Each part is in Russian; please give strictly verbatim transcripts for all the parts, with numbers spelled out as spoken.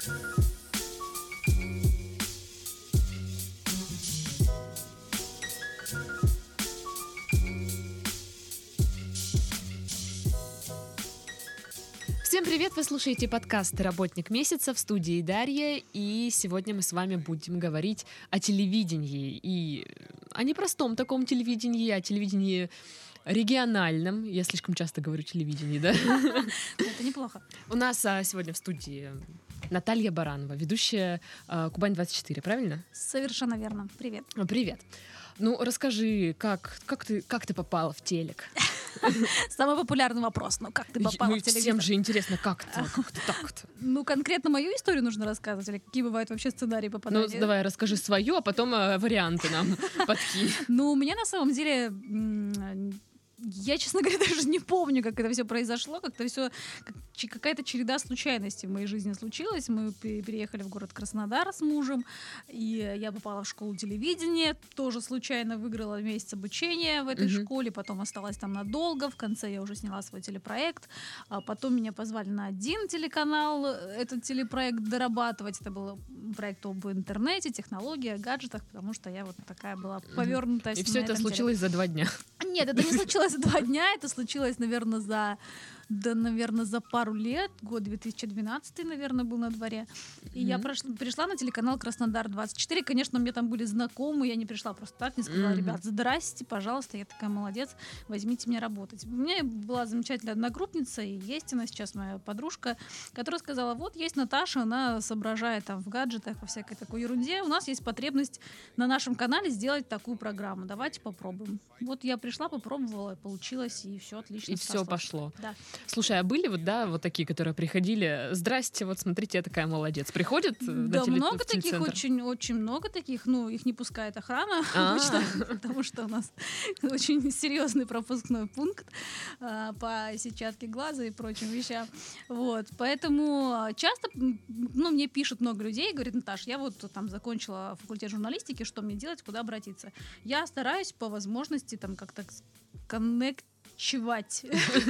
Всем привет! Вы слушаете подкаст «Работник месяца», в студии Дарья, и сегодня мы с вами будем говорить о телевидении, и о непростом таком телевидении, о телевидении региональном. Я слишком часто говорю телевидение, да? Это неплохо. У нас а, сегодня в студии Наталья Баранова, ведущая а, Кубань двадцать четыре, правильно? Совершенно верно. Привет. Привет. Ну, расскажи, как, как, ты, как ты попала в телек? Самый популярный вопрос. Ну, как ты попала ну, в телевизор? Всем же интересно, как ты, как ты так-то? Ну, конкретно мою историю нужно рассказывать? Или какие бывают вообще сценарии попадания? Ну, давай, расскажи свою, а потом э, варианты нам подкинь. Ну, у меня на самом деле... Я, честно говоря, даже не помню, как это все произошло, как-то все, какая-то череда случайностей в моей жизни случилась. Мы переехали в город Краснодар с мужем, и я попала в школу телевидения, тоже случайно выиграла месяц обучения в этой uh-huh. школе, потом осталась там надолго, в конце я уже сняла свой телепроект, а потом меня позвали на один телеканал этот телепроект дорабатывать. Это был проект об интернете, технологиях, гаджетах, потому что я вот такая была повернутая. Uh-huh. И все это случилось теле. за два дня. Нет, это не случилось за два дня, это случилось, наверное, за, да, наверное, за пару лет, год две тысячи двенадцатый, наверное, был на дворе. И mm-hmm. я прошла, пришла на телеканал Краснодар двадцать четыре, конечно, мне там были знакомые, я не пришла просто так, не сказала, mm-hmm. ребят, здрасте, пожалуйста, я такая, молодец, возьмите меня работать. У меня была замечательная одногруппница, и есть она сейчас моя подружка, которая сказала, вот есть Наташа, она соображает там в гаджетах, во всякой такой ерунде, у нас есть потребность на нашем канале сделать такую программу, давайте попробуем. Вот я пришла, попробовала, получилось, и все отлично. И все пошло. Да. Слушай, а были вот, да, вот такие, которые приходили, здрасте, вот смотрите, я такая молодец, приходят да, на теле- много в таких, очень, очень много таких, ну, их не пускает охрана обычно, потому что у нас очень серьезный пропускной пункт по сетчатке глаза и прочим вещам, вот, поэтому часто, ну, мне пишут много людей, говорят, Наташ, я вот там закончила факультет журналистики, что мне делать, куда обратиться? Я стараюсь по возможности там как-то коннектировать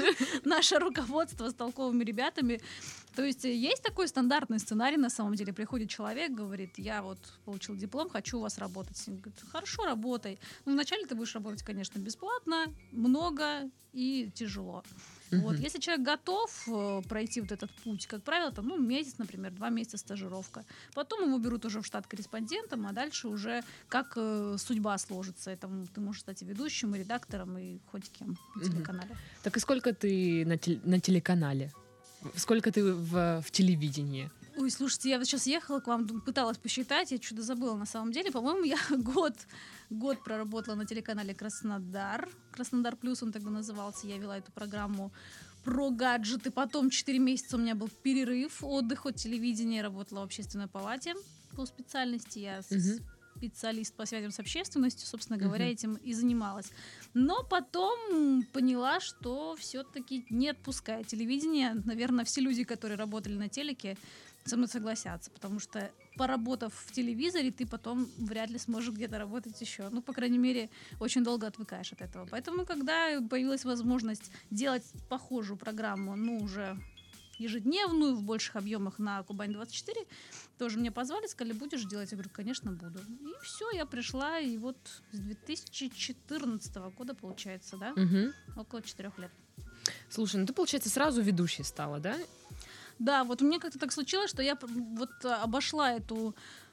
наше руководство с толковыми ребятами. То есть есть такой стандартный сценарий, на самом деле. Приходит человек, говорит, я вот получил диплом, хочу у вас работать. Он говорит, хорошо, работай. Но вначале ты будешь работать, конечно, бесплатно, много и тяжело. Uh-huh. Вот. Если человек готов э, пройти вот этот путь, как правило, там, ну, месяц, например, два месяца стажировка. Потом его берут уже в штат корреспондентом, а дальше уже как э, судьба сложится. Это, ты можешь стать и ведущим, и редактором, и хоть кем на uh-huh. телеканале. Так и сколько ты на, тел- на телеканале? Сколько ты в, в телевидении? Ой, слушайте, я вот сейчас ехала к вам, пыталась посчитать, я что-то забыла на самом деле. По-моему, я год, год проработала на телеканале «Краснодар». «Краснодар плюс» он тогда назывался. Я вела эту программу про гаджеты. Потом четыре месяца у меня был перерыв, отдых от телевидения. Работала в общественной палате по специальности. Я uh-huh. специалист по связям с общественностью, собственно говоря, uh-huh. этим и занималась. Но потом поняла, что все-таки не отпуская телевидение. Наверное, все люди, которые работали на телеке, со мной согласятся, потому что, поработав в телевизоре, ты потом вряд ли сможешь где-то работать еще. Ну, по крайней мере, очень долго отвыкаешь от этого. Поэтому, когда появилась возможность делать похожую программу, ну, уже ежедневную, в больших объемах на Кубань двадцать четыре, тоже меня позвали, сказали, будешь делать? Я говорю, конечно, буду. И все, я пришла, и вот с две тысячи четырнадцатого года, получается, да, угу. около четырех лет. Слушай, ну ты, получается, сразу ведущей стала, да? Да, вот у меня как-то так случилось, что я вот обошла эту...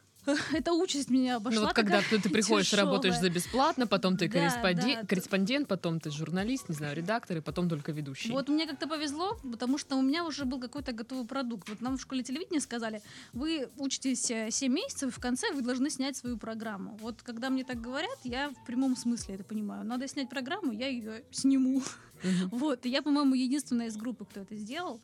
Эта участь меня обошла. Ну вот когда ты, ты приходишь, тяжелая. Работаешь за бесплатно, потом ты да, корреспондент, да, корреспондент, потом ты журналист, не знаю, редактор, и потом только ведущий. Вот мне как-то повезло, потому что у меня уже был какой-то готовый продукт. Вот нам в школе телевидения сказали, вы учитесь семь месяцев, и в конце вы должны снять свою программу. Вот когда мне так говорят, я в прямом смысле это понимаю. Надо снять программу, я ее сниму. Uh-huh. Вот. И я, по-моему, единственная из группы, кто это сделал.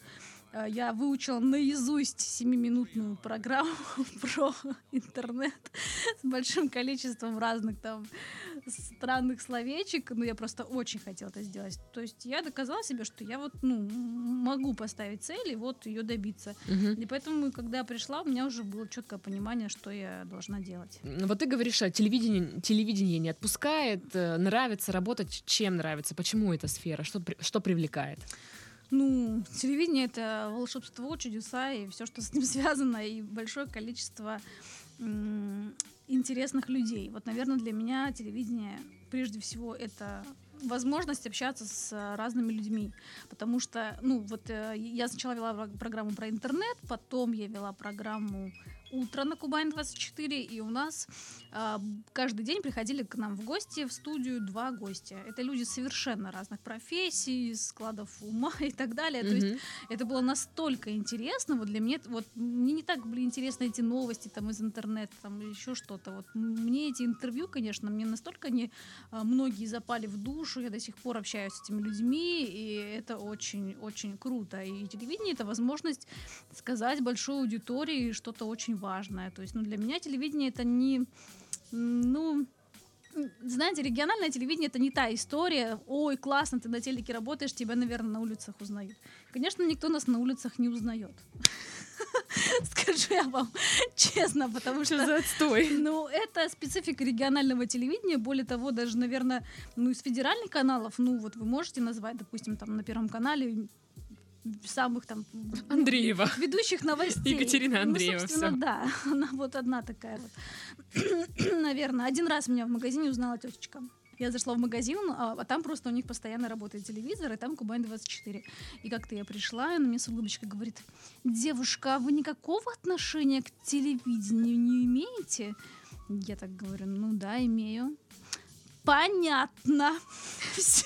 Я выучила наизусть семиминутную программу про интернет с большим количеством разных там странных словечек. Ну, я просто очень хотела это сделать. То есть я доказала себе, что я вот, ну, могу поставить цель и вот ее добиться. Угу. И поэтому, когда я пришла, у меня уже было четкое понимание, что я должна делать. Вот ты говоришь, что телевидение, телевидение не отпускает, нравится работать. Чем нравится? Почему эта сфера? Что, что привлекает? Ну, телевидение — это волшебство, чудеса и все, что с ним связано, и большое количество м- интересных людей. Вот, наверное, для меня телевидение прежде всего это возможность общаться с разными людьми, потому что, ну, вот э, я сначала вела программу про интернет, потом я вела программу «Утро» на Кубань двадцать четыре, и у нас э, каждый день приходили к нам в гости, в студию два гостя. Это люди совершенно разных профессий, складов ума и так далее. Mm-hmm. То есть это было настолько интересно. Вот для меня, вот мне не так были интересны эти новости там из интернета, там еще что-то. Вот мне эти интервью, конечно, мне настолько они э, многие запали в душу. Я до сих пор общаюсь с этими людьми, и это очень-очень круто. И телевидение — это возможность сказать большой аудитории что-то очень важное. То есть, ну, для меня телевидение — это не, ну, знаете, региональное телевидение — это не та история. Ой, классно, ты на телеке работаешь, тебя, наверное, на улицах узнают. Конечно, никто нас на улицах не узнает. Скажу я вам честно, потому что... Что за отстой? Ну, это специфика регионального телевидения. Более того, даже, наверное, ну, из федеральных каналов, ну, вот вы можете назвать, допустим, там на Первом канале самых там Андреева. ведущих новостей. Екатерина Андреева. Ну, собственно, все. Да. Она вот одна такая вот. Наверное, один раз меня в магазине узнала тетечка. Я зашла в магазин, а, а там просто у них постоянно работает телевизор, и там Кубань двадцать четыре. И как-то я пришла, и она мне с улыбочкой говорит: девушка, а вы никакого отношения к телевидению не имеете? Я так говорю: ну да, имею. Понятно. Все.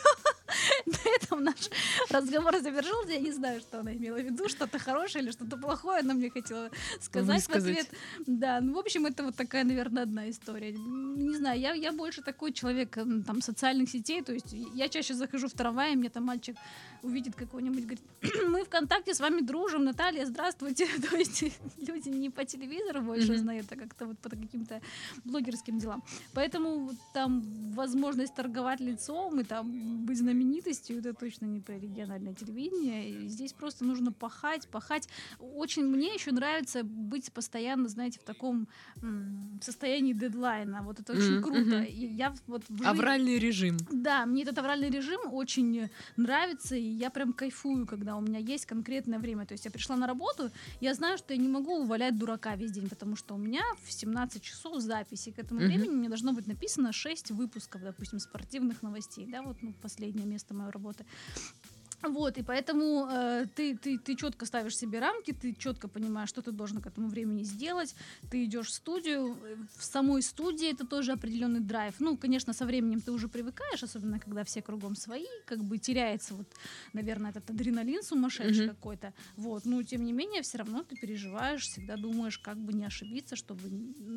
На этом наш разговор завершился. Я не знаю, что она имела в виду, что-то хорошее или что-то плохое она мне хотела сказать в ответ. Да, ну, в общем, это вот такая, наверное, одна история. Не знаю, я, я больше такой человек там социальных сетей, то есть я чаще захожу в трамвай, и мне там мальчик увидит какой-нибудь, говорит: мы ВКонтакте с вами дружим, Наталья, здравствуйте. То есть люди не по телевизору больше mm-hmm. знают, а как-то вот по каким-то блогерским делам. Поэтому там возможность торговать лицом и там быть знаменитостью — это точно не про региональное телевидение. И здесь просто нужно пахать, пахать. Очень мне еще нравится быть постоянно, знаете, в таком м- состоянии дедлайна. Вот это очень mm-hmm. круто. И я вот в жи... Авральный режим. Да, мне этот авральный режим очень нравится, и я прям кайфую, когда у меня есть конкретное время. То есть я пришла на работу, я знаю, что я не могу валять дурака весь день, потому что у меня в семнадцать часов записи. К этому mm-hmm. времени мне должно быть написано шесть выпусков, допустим, спортивных новостей, да, вот, ну, последнее место моей работы. Вот, и поэтому э, ты, ты, ты четко ставишь себе рамки, ты четко понимаешь, что ты должен к этому времени сделать, ты идешь в студию, в самой студии это тоже определенный драйв. Ну, конечно, со временем ты уже привыкаешь, особенно когда все кругом свои, как бы теряется вот, наверное, этот адреналин сумасшедший mm-hmm. какой-то. Вот, но тем не менее, все равно ты переживаешь, всегда думаешь, как бы не ошибиться, чтобы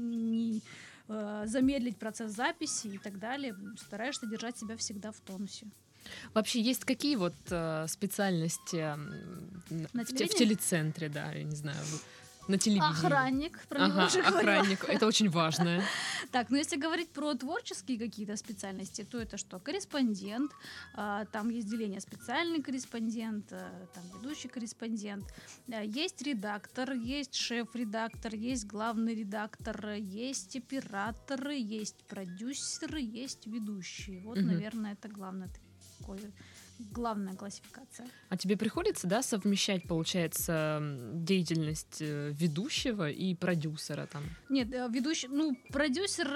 не э, замедлить процесс записи и так далее. Стараешься держать себя всегда в тонусе. Вообще есть какие вот э, специальности э, в, в телецентре, да, я не знаю, на телевидении? Охранник, про него ага, уже охранник, говорила. Это очень важно. Так, ну если говорить про творческие какие-то специальности, то это что? Корреспондент, э, там есть деление: специальный корреспондент, э, там ведущий корреспондент, э, есть редактор, есть шеф-редактор, есть главный редактор, есть операторы, есть продюсеры, есть ведущие. Вот, угу. наверное, это главное. Такой, главная классификация. А тебе приходится, да, совмещать, получается, деятельность ведущего и продюсера там? Нет, ведущий, ну, продюсер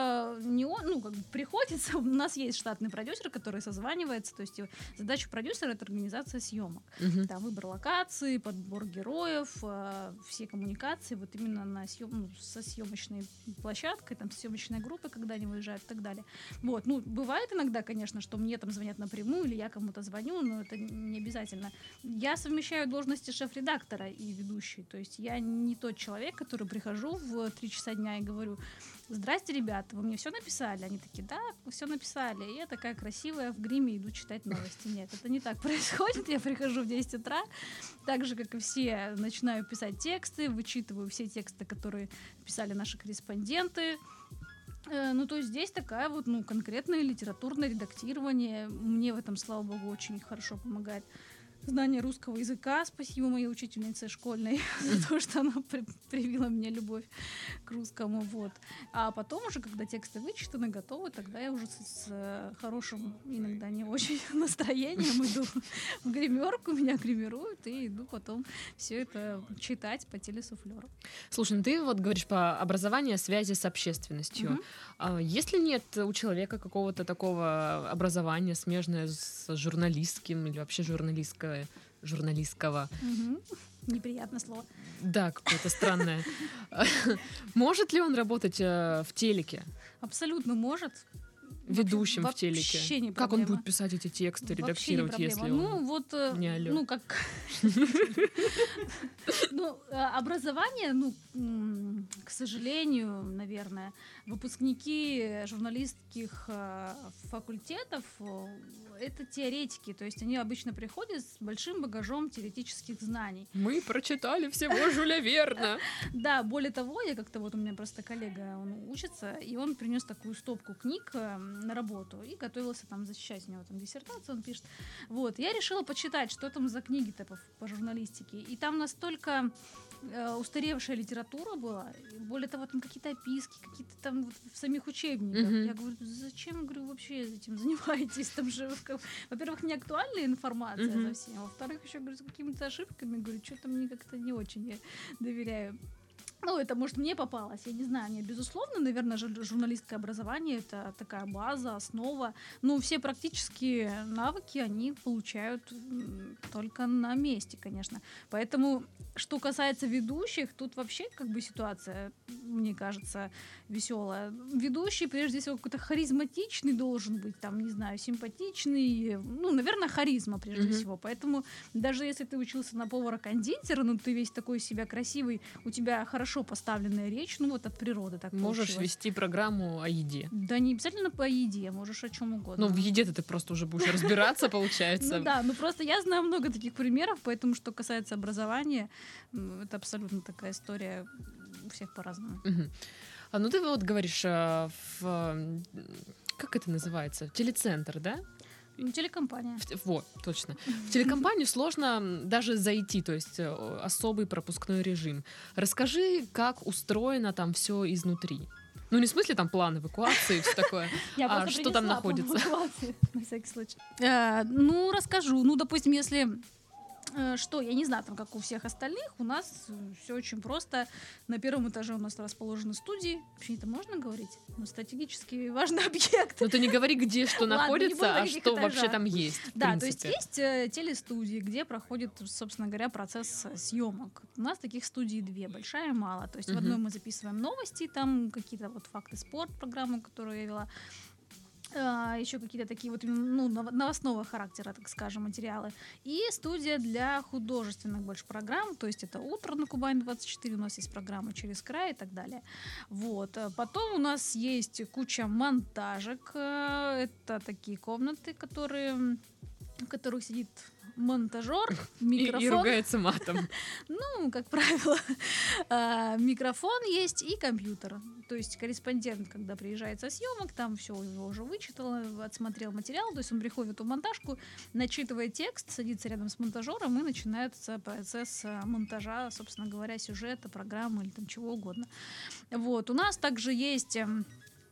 не он, ну, как бы приходится. У нас есть штатный продюсер, который созванивается, то есть задача продюсера — это организация съемок. Угу. Там выбор локации, подбор героев, все коммуникации, вот именно на съем, ну, со съемочной площадкой, там, съемочной группой, когда они выезжают и так далее. Вот, ну, бывает иногда, конечно, что мне там звонят напрямую, или я кому-то звоню, но это не обязательно. Я совмещаю должности шеф-редактора и ведущей, то есть я не тот человек, который прихожу в три часа дня и говорю: здрасте, ребята, вы мне все написали? Они такие: да, все написали. И я такая красивая в гриме иду читать новости. Нет, это не так происходит. Я прихожу в десять утра, так же, как и все, начинаю писать тексты, вычитываю все тексты, которые писали наши корреспонденты. Ну, то есть здесь такая вот, ну, конкретное литературное редактирование. Мне в этом, слава богу, очень хорошо помогает знание русского языка. Спасибо моей учительнице школьной за то, что она при- привила мне любовь к русскому. Вот. А потом уже, когда тексты вычитаны, готовы, тогда я уже с, с хорошим, иногда не очень настроением иду в гримерку, меня гримируют, и иду потом все это читать по телесуфлеру. Слушай, ну ты вот говоришь по образованию связи с общественностью. Мгм. А если нет у человека какого-то такого образования, смежное с журналистским или вообще журналистское, журналистского, Мгм. Неприятное слово. да, какое-то странное, может ли он работать э, в телеке, Абсолютно может. ведущим в Вообще телеке? не Как он проблема. будет писать эти тексты, Вообще не редактировать, проблема. если Ну, он... вот, э, не алё? ну, как... Ну, э, образование, ну, м, к сожалению, наверное, выпускники журналистских э, факультетов э, это теоретики, то есть они обычно приходят с большим багажом теоретических знаний. Мы прочитали всего Жюля Верна. Да, более того, я как-то вот у меня просто коллега, он учится, и он принес такую стопку книг э, на работу и готовился там защищать, у него там диссертацию он пишет. Вот, я решила почитать, что там за книги-то по, по журналистике, и там настолько э, устаревшая литература была, и более того, там какие-то описки, какие-то там вот в самих учебниках. Мгм. Я говорю, зачем, говорю, вообще этим занимаетесь? Там же, как- во-первых, не актуальная информация Мгм. совсем, а во-вторых, еще, говорю, с какими-то ошибками, говорю, что-то мне как-то не очень я доверяю. Ну, это, может, мне попалось, я не знаю. Нет, безусловно, наверное, жур- журналистское образование — это такая база, основа. Но все практические навыки они получают м, только на месте, конечно. Поэтому, что касается ведущих, тут вообще как бы ситуация, мне кажется, веселая. Ведущий, прежде всего, какой-то харизматичный должен быть, там, не знаю, симпатичный. Ну, наверное, харизма, прежде Мгм. всего. Поэтому даже если ты учился на повара-кондитера, ну, ты весь такой из себя красивый, у тебя хорошо поставленная речь, ну, вот от природы так Можешь получилось. вести программу о еде. Да не обязательно по еде, можешь о чем угодно. Ну, в еде-то ты просто уже будешь разбираться, получается. Ну да, ну просто я знаю много таких примеров, поэтому что касается образования, м, это абсолютно такая история, у всех по-разному. Мгм. А ну ты вот говоришь, а, в, м, как это называется? Телецентр, да? Ну, телекомпания. В те- Вот, точно. В телекомпанию сложно м, даже зайти, то есть э, особый пропускной режим. Расскажи, как устроено там все изнутри. Ну, не в смысле там план эвакуации и все такое. Я А просто что там принесла, по-моему, находится? эвакуации, на всякий случай. Э, Ну, расскажу. Ну, допустим, если э, что, я не знаю, там, как у всех остальных, у нас все очень просто. На первом этаже у нас расположены студии. Вообще это можно говорить? Ну, стратегически важный объект. Ну, ты не говори, где что Ладно, не находится, буду, на а каких что вообще этажах. там есть. в Да, то есть принципе. есть э, телестудии, где проходит, собственно говоря, процесс э, съемок. У нас таких студий две, большая и малая. То есть в Мгм. одной мы записываем новости, там какие-то вот факты спорт, программу, которую я вела. А, еще какие-то такие вот ну, нов- новостного характера, так скажем, материалы. И студия для художественных больше программ, то есть это «Утро» на Кубань двадцать четыре, у нас есть программа «Через край» и так далее. Вот. А Потом у нас есть куча монтажек. э, Это такие комнаты, которые, в которых сидит монтажер, И, микрофон. и ругается матом. Ну, как правило, а, микрофон есть и компьютер. То есть корреспондент, когда приезжает со съемок, там все его уже вычитал, отсмотрел материал, то есть он приходит в монтажку, начитывает текст, садится рядом с монтажером, и начинается процесс а, монтажа, собственно говоря, сюжета, программы или там чего угодно. Вот. У нас также есть эм,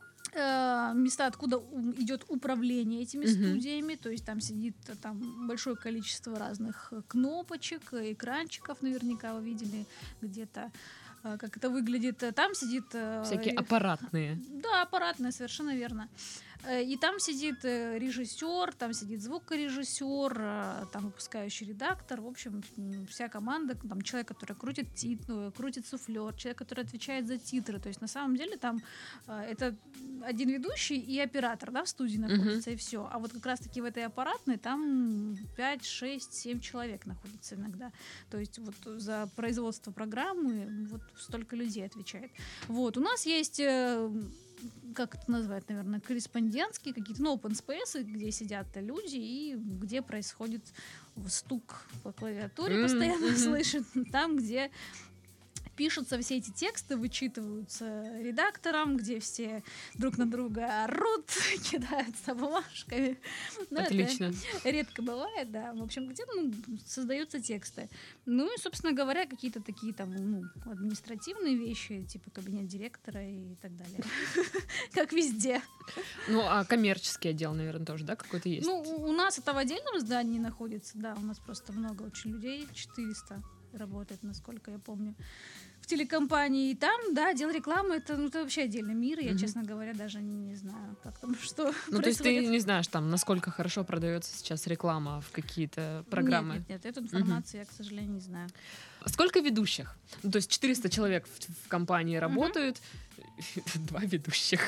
э, места, откуда у- идет управление этими Мгм. студиями, то есть там сидит э, там большое количество разных э, кнопочек, э, экранчиков, наверняка вы видели где-то, э, как это выглядит. Э, Там сидит... э, Всякие ре- аппаратные. Да, аппаратная, совершенно верно. Э, И там сидит э, режиссер, там сидит звукорежиссер, э, там выпускающий редактор, в общем, м, вся команда, там человек, который крутит тит, ну, крутит суфлер, человек, который отвечает за титры. То есть на самом деле там э, это один ведущий и оператор, да, в студии находится, и все. А вот как раз-таки в этой аппаратной там пять, шесть, семь человек находится иногда. То есть вот за производство программы вот столько людей отвечает. Вот, у нас есть э, как это назвать, наверное, корреспондентские какие-то, ну, open space, где сидят люди и где происходит стук по клавиатуре, М, постоянно мгм. слышен, там, где пишутся все эти тексты, вычитываются редактором, где все друг на друга орут, кидаются бумажками. Но Отлично. Это редко бывает, да. В общем, где ну, создаются тексты. Ну и, собственно говоря, какие-то такие там ну, административные вещи, типа кабинет директора и так далее. Как везде. Ну, а коммерческий отдел, наверное, тоже, да, какой-то есть? Ну, у нас это в отдельном здании находится, да, у нас просто много очень людей, четыреста работает, насколько я помню, в телекомпании. И там, да, отдел рекламы, это, ну, это вообще отдельный мир, я, mm-hmm. честно говоря, даже не знаю, как там, что Ну, происходит. то есть ты не знаешь, там, насколько хорошо продается сейчас реклама в какие-то программы? Нет, нет, нет, эту информацию mm-hmm. я, к сожалению, не знаю. Сколько ведущих? Ну, то есть четыреста человек в, в компании работают, mm-hmm. два ведущих.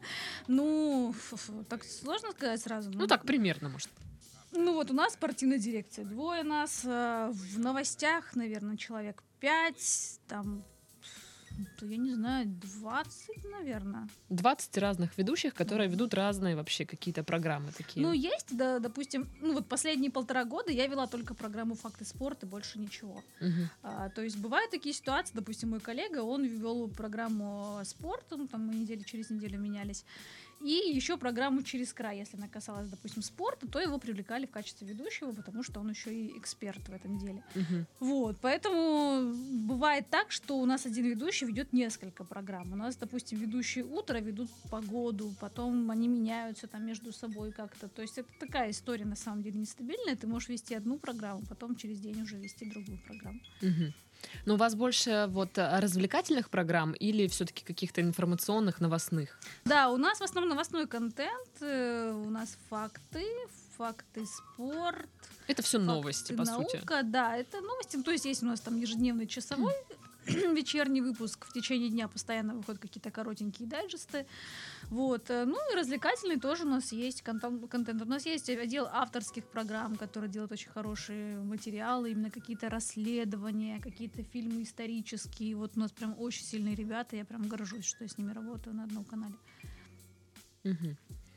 Ну, так сложно сказать сразу. Ну, так, примерно, может. Ну вот у нас спортивная дирекция, двое нас, э, в новостях, наверное, человек пять, там, я не знаю, двадцать, наверное. двадцать разных ведущих, которые ведут разные вообще какие-то программы такие. Ну, есть, да, допустим, ну вот последние полтора года я вела только программу «Факты спорта», больше ничего. Угу. А, то есть бывают такие ситуации, допустим, мой коллега, он вел программу «Спорт», ну, там мы недели через неделю менялись, и еще программу «Через край». Если она касалась, допустим, спорта, то его привлекали в качестве ведущего, потому что он еще и эксперт в этом деле. Uh-huh. Вот, поэтому бывает так, что у нас один ведущий ведет несколько программ. У нас, допустим, ведущие утро ведут погоду, потом они меняются там между собой как-то. То есть это такая история, на самом деле, нестабильная. Ты можешь вести одну программу, потом через день уже вести другую программу. Uh-huh. Но у вас больше вот развлекательных программ или все-таки каких-то информационных, новостных? Да, у нас в основном новостной контент, у нас факты, факты спорт. Это все новости, по наука, сути. Да, это новости. То есть есть у нас там ежедневный часовой вечерний выпуск, в течение дня постоянно выходят какие-то коротенькие дайджесты. Вот. Ну и развлекательный тоже у нас есть контент. У нас есть отдел авторских программ, которые делают очень хорошие материалы, именно какие-то расследования, какие-то фильмы исторические. Вот у нас прям очень сильные ребята, я прям горжусь, что я с ними работаю на одном канале. Угу.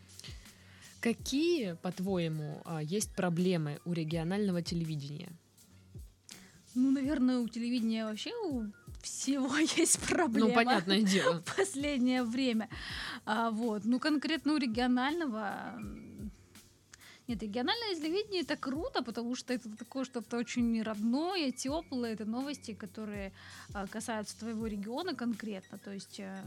Какие, по-твоему, есть проблемы у регионального телевидения? Ну, наверное, у телевидения вообще у всего есть проблема. Ну, понятное дело. В последнее время. А, вот. Ну, конкретно у регионального... Нет, региональное телевидение — это круто, потому что это такое что-то очень родное, теплое. Это новости, которые а, касаются твоего региона конкретно. То есть... А...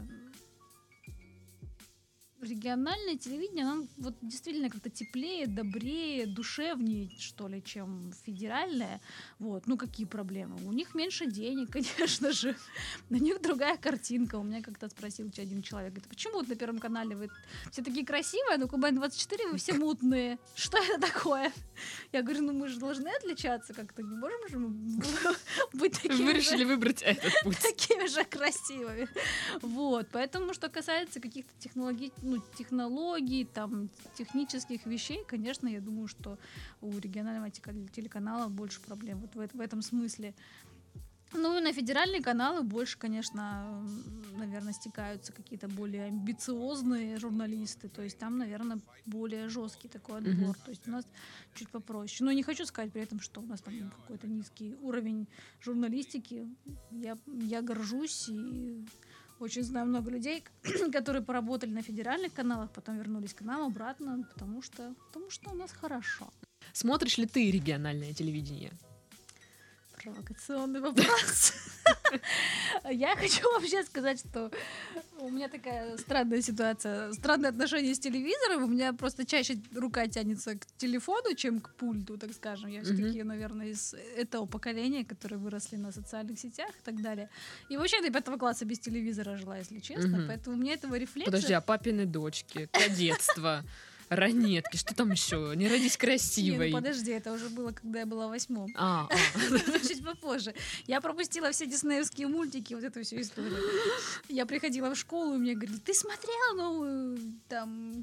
региональное телевидение, оно вот действительно как-то теплее, добрее, душевнее, что ли, чем федеральное. Вот. Ну, какие проблемы? У них меньше денег, конечно же. У них другая картинка. У меня как-то спросил один человек, говорит, почему вот на Первом канале вы все такие красивые, а на Кубань двадцать четыре вы все мутные? Что это такое? Я говорю, ну мы же должны отличаться как-то, не можем же быть такими Вы решили выбрать этот путь. Такими же красивыми. Вот. Поэтому, что касается каких-то технологий, ну, технологий, там, технических вещей, конечно, я думаю, что у регионального телеканала больше проблем вот в, в этом смысле. Ну и на федеральные каналы больше, конечно, наверное, стекаются какие-то более амбициозные журналисты. То есть там, наверное, более жесткий такой отбор. Mm-hmm. То есть у нас чуть попроще. Но не хочу сказать при этом, что у нас там какой-то низкий уровень журналистики. Я, я горжусь и очень знаю много людей, которые поработали на федеральных каналах, потом вернулись к нам обратно, потому что, потому что у нас хорошо. Смотришь ли ты региональное телевидение? Провокационный вопрос. Я хочу вообще сказать, что у меня такая странная ситуация, странное отношение с телевизором. У меня просто чаще рука тянется к телефону, чем к пульту, так скажем. Я все-таки, наверное, из этого поколения, которые выросли на социальных сетях и так далее. И вообще до пятого класса без телевизора жила, если честно. Поэтому у меня этого рефлекса... Подожди, а папины дочки, кадетство... Ранетки, что там еще? Не родись красивой. Не, ну подожди, это уже было, когда я была в восьмом. А, а. Чуть попозже. Я пропустила все диснеевские мультики, вот эту всю историю. Я приходила в школу, и мне говорили, ты смотрела новую, там,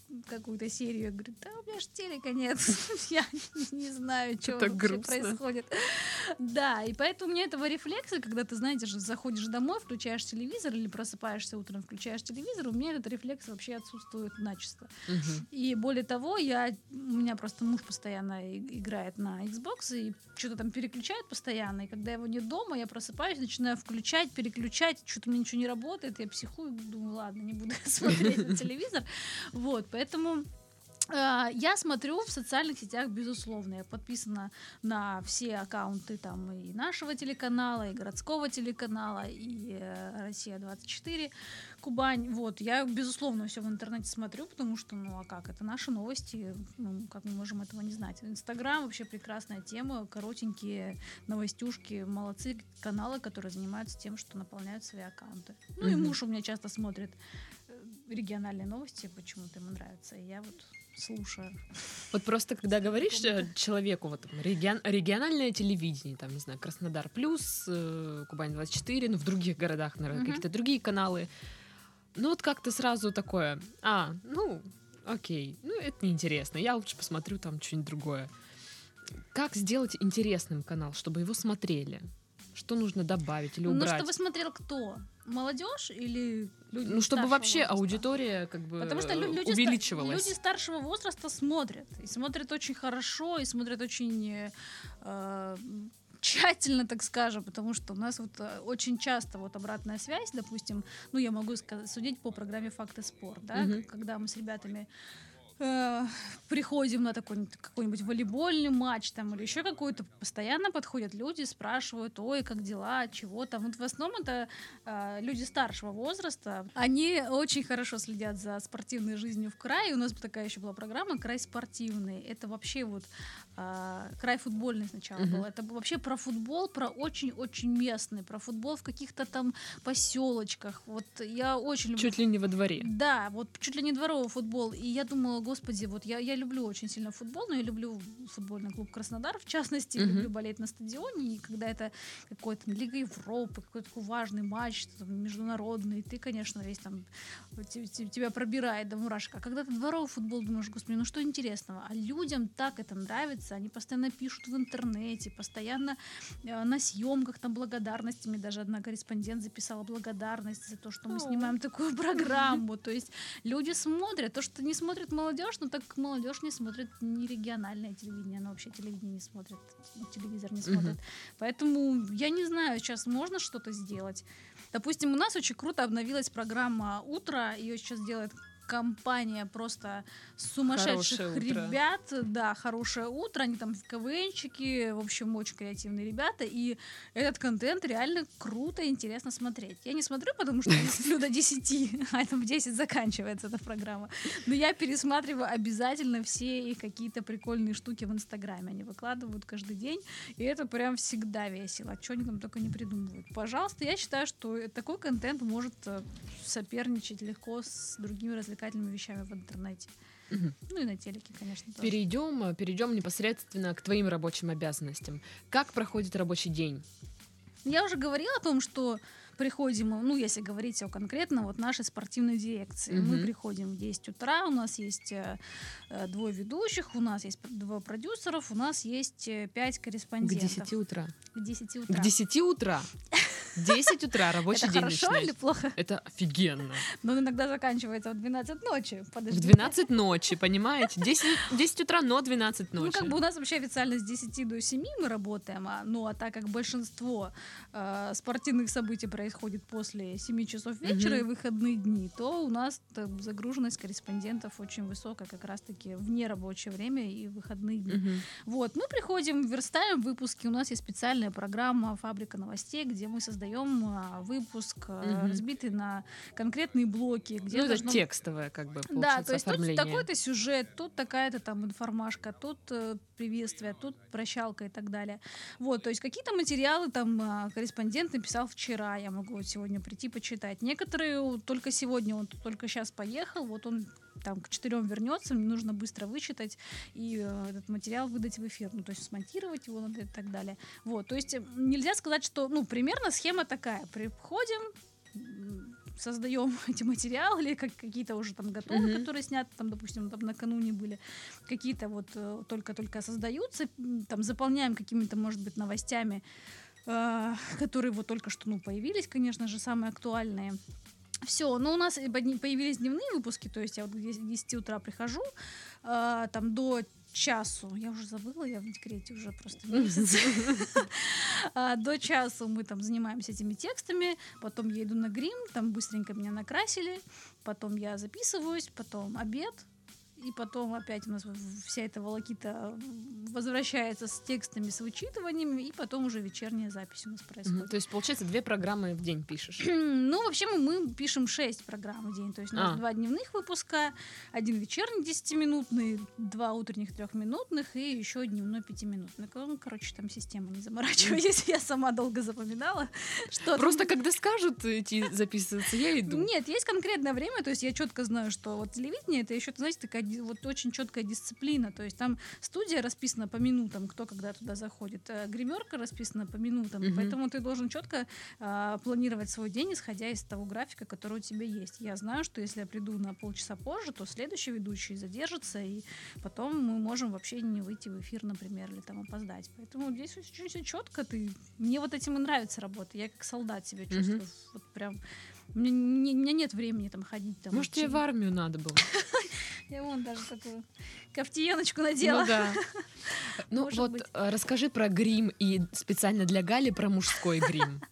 какую-то серию, я говорю, да у меня же телека нет, я не знаю, что вообще происходит. Да, и поэтому у меня этого рефлекса, когда ты, знаете же, заходишь домой, включаешь телевизор или просыпаешься утром, включаешь телевизор, у меня этот рефлекс вообще отсутствует начисто. И более того, я, у меня просто муж постоянно играет на Xbox и что-то там переключает постоянно, и когда его нет дома, я просыпаюсь, начинаю включать, переключать, что-то у меня ничего не работает, я психую, думаю, ладно, не буду смотреть на телевизор. Вот, поэтому э, я смотрю в социальных сетях, безусловно. Я подписана на все аккаунты там и нашего телеканала, и городского телеканала, и э, Россия двадцать четыре, Кубань. Вот, я, безусловно, все в интернете смотрю, потому что, ну, а как, это наши новости, ну, как мы можем этого не знать. Инстаграм вообще прекрасная тема, коротенькие новостюшки, молодцы каналы, которые занимаются тем, что наполняют свои аккаунты. Ну, mm-hmm. и муж у меня часто смотрит региональные новости, почему-то ему нравится, и я вот слушаю. Вот просто когда говоришь человеку, вот регион, региональное телевидение, там, не знаю, Краснодар плюс, Кубань двадцать четыре, ну, в других городах, наверное, uh-huh. какие-то другие каналы, ну, вот как-то сразу такое, а, ну, окей, ну, это неинтересно, я лучше посмотрю там что-нибудь другое. Как сделать интересным канал, чтобы его смотрели? Что нужно добавить или убрать? Ну, чтобы смотрел кто? Молодежь или люди Ну, чтобы вообще возраста? Аудитория как бы Потому что люди, увеличивалась. Люди старшего возраста смотрят. И смотрят очень хорошо, и смотрят очень э, тщательно, так скажем, потому что у нас вот очень часто вот обратная связь, допустим, ну, я могу сказать, судить по программе «Факт и спор», да, угу. когда мы с ребятами приходим на такой какой-нибудь волейбольный матч там или еще какой-то, постоянно подходят люди, спрашивают, ой, как дела, чего там. Вот в основном это э, люди старшего возраста. Они очень хорошо следят за спортивной жизнью в крае. У нас такая еще была программа «Край спортивный». Это вообще вот э, край футбольный сначала uh-huh. был. Это вообще про футбол, про очень-очень местный, про футбол в каких-то там поселочках. Вот я очень люблю... Чуть ли не во дворе. Да, вот чуть ли не дворовый футбол. И я думала, господи, вот я, я люблю очень сильно футбол, но я люблю футбольный клуб «Краснодар», в частности, uh-huh. люблю болеть на стадионе, и когда это какой-то Лига Европы, какой-то такой важный матч, там, международный, ты, конечно, весь там, тебя пробирает до мурашек. А когда ты дворовый футбол, думаешь, господи, ну что интересного? А людям так это нравится, они постоянно пишут в интернете, постоянно э, на съемках там благодарностями, даже одна корреспондент записала благодарность за то, что мы снимаем такую программу, то есть люди смотрят, то, что не смотрит молодежь, но так как молодежь не смотрит ни региональное телевидение, она вообще телевидение не смотрит, телевизор не смотрит. Uh-huh. Поэтому я не знаю, сейчас можно что-то сделать. Допустим, у нас очень круто обновилась программа «Утро», ее сейчас делает компания просто сумасшедших ребят, да, «Хорошее утро», они там КВНчики, в общем, очень креативные ребята, и этот контент реально круто и интересно смотреть. Я не смотрю, потому что я сплю до десяти, а там в десять заканчивается эта программа, но я пересматриваю обязательно все их какие-то прикольные штуки в Инстаграме, они выкладывают каждый день, и это прям всегда весело, что они там только не придумывают. Пожалуйста, я считаю, что такой контент может соперничать легко с другими развлекательными вещами в интернете. Угу. Ну и на телеке, конечно, тоже. Перейдем, перейдем непосредственно к твоим рабочим обязанностям. Как проходит рабочий день? Я уже говорила о том, что приходим, ну, если говорить о конкретно вот нашей спортивной дирекции. Uh-huh. Мы приходим в десять утра, у нас есть э, двое ведущих, у нас есть двое продюсеров, у нас есть пять корреспондентов. К десяти утра? К десяти утра. К десяти утра? десять утра рабочий это день хорошо начинается. Или плохо? Это офигенно. Но он иногда заканчивается в двенадцать ночи. Подожди. В двенадцать ночи, понимаете? десять утра, но двенадцать ночи. Ну, как бы у нас вообще официально с десяти до семи мы работаем, а, ну, а так как большинство э, спортивных событий происходит после семи часов вечера uh-huh. и выходные дни, то у нас там, загруженность корреспондентов очень высокая, как раз-таки в нерабочее время и выходные дни. Uh-huh. Вот, мы приходим, верстаем выпуски, у нас есть специальная программа «Фабрика новостей», где мы создаем выпуск, uh-huh. разбитый на конкретные блоки. Где ну, это должно... текстовое, как бы, получается, да, то есть оформление. Тут такой-то сюжет, тут такая-то там информашка, тут э, приветствие, тут прощалка и так далее. Вот, то есть какие-то материалы там корреспондент написал вчера, я могу вот сегодня прийти почитать. Некоторые только сегодня, он только сейчас поехал, вот он там к четырем вернется, мне нужно быстро вычитать и э, этот материал выдать в эфир, ну, то есть смонтировать его надо и так далее. Вот, то есть нельзя сказать, что, ну, примерно схема такая. Приходим, создаем эти материалы, или как какие-то уже там готовые, mm-hmm. которые сняты, там, допустим, там накануне были, какие-то вот э, только-только создаются, там заполняем какими-то, может быть, новостями, э, которые вот только что, ну, появились, конечно же, самые актуальные. Все, ну у нас появились дневные выпуски, то есть я вот к десяти утра прихожу, э, там до часу, я уже забыла, я в декрете уже просто месяц, до часу мы там занимаемся этими текстами, потом я иду на грим, там быстренько меня накрасили, потом я записываюсь, потом обед, и потом опять у нас вся эта волокита возвращается с текстами, с вычитываниями, и потом уже вечерняя запись у нас происходит. Mm-hmm. То есть, получается, две программы в день пишешь? Ну, вообще мы, мы пишем шесть программ в день. То есть у нас а. два дневных выпуска, один вечерний десятиминутный, два утренних трехминутных и еще дневной пятиминутный. Ну, короче, там система, не заморачивайтесь, я сама долго запоминала. Что Просто там... когда скажут идти записываться, я иду. Нет, есть конкретное время, то есть я четко знаю, что вот телевидение, это еще, знаете, такая вот очень четкая дисциплина, то есть там студия расписана по минутам, кто когда туда заходит, а гримерка расписана по минутам, uh-huh. поэтому ты должен четко а, планировать свой день, исходя из того графика, который у тебя есть. Я знаю, что если я приду на полчаса позже, то следующий ведущий задержится, и потом мы можем вообще не выйти в эфир, например, или там опоздать. Поэтому здесь очень все четко. Ты... Мне вот этим и нравится работа. Я как солдат себя чувствую. Uh-huh. Вот прям... У меня, не, у меня нет времени там ходить. Там, Может, тебе в армию надо было? Я вон даже такую кофтеёночку надела. Ну да. Ну вот быть. Расскажи про грим и специально для Гали про мужской грим.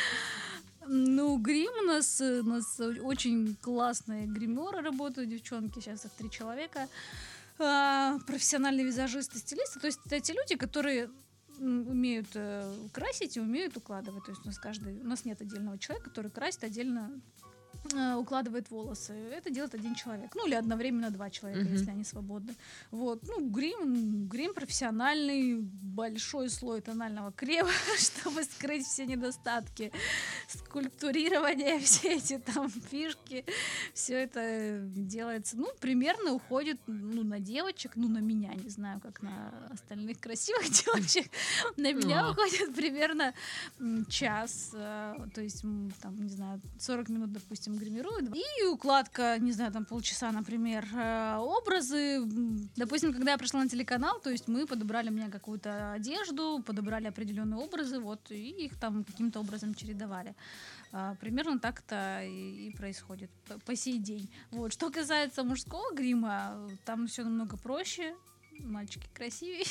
Ну, грим у нас, у нас очень классные гримеры работают, девчонки, сейчас их три человека, а, профессиональные визажисты, стилисты, то есть это те люди, которые умеют э, красить и умеют укладывать. То есть у нас каждый, у нас нет отдельного человека, который красит, отдельно э, укладывает волосы. Это делает один человек. Ну, или одновременно два человека, mm-hmm. если они свободны. Вот. Ну, грим, грим профессиональный, большой слой тонального крема, чтобы скрыть все недостатки, скульптурирование, все эти там фишки. Все это делается, ну, примерно уходит, ну, на девочек, ну, на меня, не знаю, как на остальных красивых девочек. На меня а. уходит примерно час, то есть, там, не знаю, сорок минут, допустим, гримируют. И укладка, не знаю, там полчаса, например, образы. Допустим, когда я пришла на телеканал, то есть мы подобрали мне какую-то одежду, подобрали определенные образы, вот, и их там каким-то образом чередовали. Примерно так-то и, и происходит по, по сей день. Вот. Что касается мужского грима, там все намного проще. Мальчики красивее,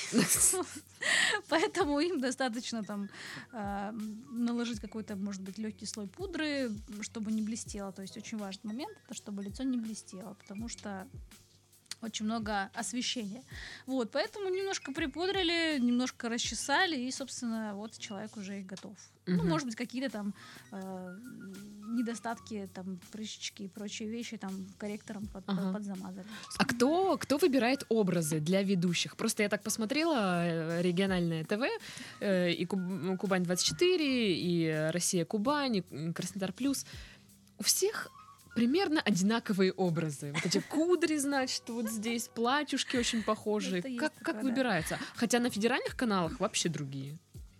поэтому им достаточно там э, наложить какой-то, может быть, легкий слой пудры, чтобы не блестело. То есть очень важный момент, это чтобы лицо не блестело, потому что очень много освещения. Вот, поэтому немножко припудрили, немножко расчесали, и, собственно, вот человек уже и готов. Uh-huh. Ну, может быть, какие-то там э, недостатки, там, прыщички и прочие вещи там корректором под, uh-huh. подзамазали. А кто, кто выбирает образы для ведущих? Просто я так посмотрела региональное ТВ, э, и Кубань двадцать четыре, и Россия-Кубань, и Краснодар плюс. У всех примерно одинаковые образы. Вот эти кудри, значит, вот здесь платьюшки очень похожие. Как, такое, как выбирается? Да. Хотя на федеральных каналах вообще другие.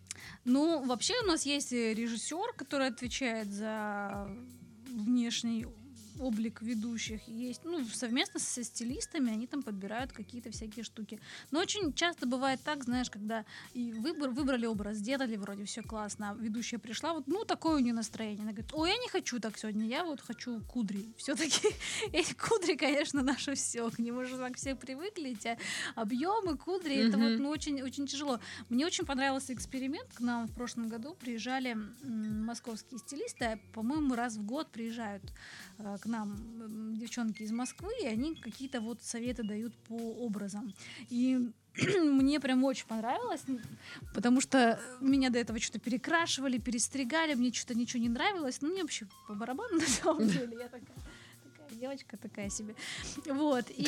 Ну, вообще у нас есть режиссер, который отвечает за внешний облик ведущих. Есть, ну, совместно со стилистами они там подбирают какие-то всякие штуки. Но очень часто бывает так, знаешь, когда и выбор, выбрали образ, сделали вроде все классно, а ведущая пришла, вот, ну, такое у нее настроение. Она говорит, ой, я не хочу так сегодня, я вот хочу кудри. Все-таки эти кудри, конечно, наше все. К нему же так все привыкли, эти объемы, кудри, mm-hmm. это вот, ну, очень, очень тяжело. Мне очень понравился эксперимент. К нам в прошлом году приезжали м- московские стилисты, по-моему, раз в год приезжают э, к нам девчонки из Москвы, и они какие-то вот советы дают по образам. И мне прям очень понравилось, потому что меня до этого что-то перекрашивали, перестригали, мне что-то ничего не нравилось. Ну, мне вообще по барабану на самом деле. Я такая, такая девочка такая себе. Вот. И...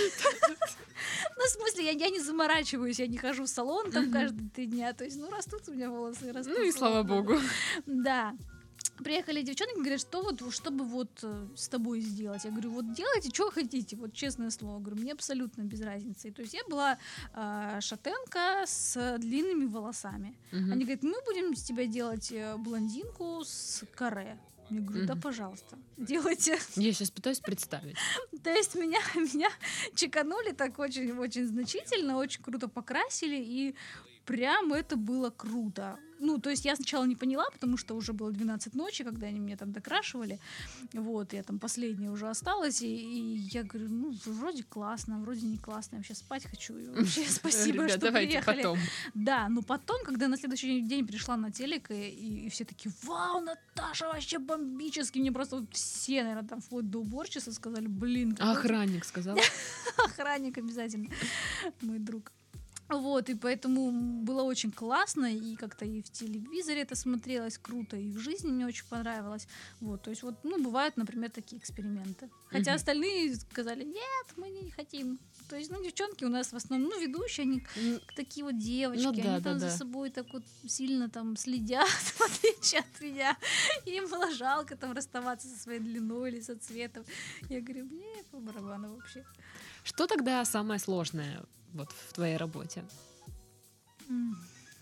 Ну, в смысле, я, я не заморачиваюсь, я не хожу в салон там каждые три дня. То есть, ну, растут у меня волосы, растут. Ну и слава богу. Да. Приехали девчонки, говорят, что вот, чтобы вот с тобой сделать. Я говорю, вот делайте, что хотите, вот честное слово. Говорю, мне абсолютно без разницы. И, то есть я была э, шатенка с длинными волосами. Uh-huh. Они говорят, мы будем с тебя делать блондинку с каре. Я говорю, да, Мгм. пожалуйста, делайте. Я сейчас пытаюсь представить. То есть меня, меня чеканули так очень-очень значительно, очень круто покрасили, и прям это было круто. Ну, то есть я сначала не поняла, потому что уже было двенадцать ночи, когда они меня там докрашивали. Вот, я там последняя уже осталась, и, и я говорю, ну, вроде классно, вроде не классно, я вообще спать хочу. И вообще спасибо, Ребят, что давайте приехали. потом. Да, но потом, когда на следующий день пришла на телек, и, и все такие, вау, Наташа, вообще бомбически. Мне просто вот все, наверное, там вплоть до уборщицы сказали, блин. А охранник сказал? Охранник обязательно, мой друг. Вот, и поэтому было очень классно, и как-то и в телевизоре это смотрелось круто, и в жизни мне очень понравилось. Вот, то есть вот, ну, бывают, например, такие эксперименты. Хотя Мгм. остальные сказали, нет, мы не хотим. То есть, ну, девчонки у нас в основном, ну, ведущие, они М, такие вот девочки, Ну да, они там да, за да. собой так вот сильно там следят, в отличие от меня. Им было жалко там расставаться со своей длиной или со цветом. Я говорю, мне по барабану вообще. Что тогда самое сложное вот в твоей работе? М.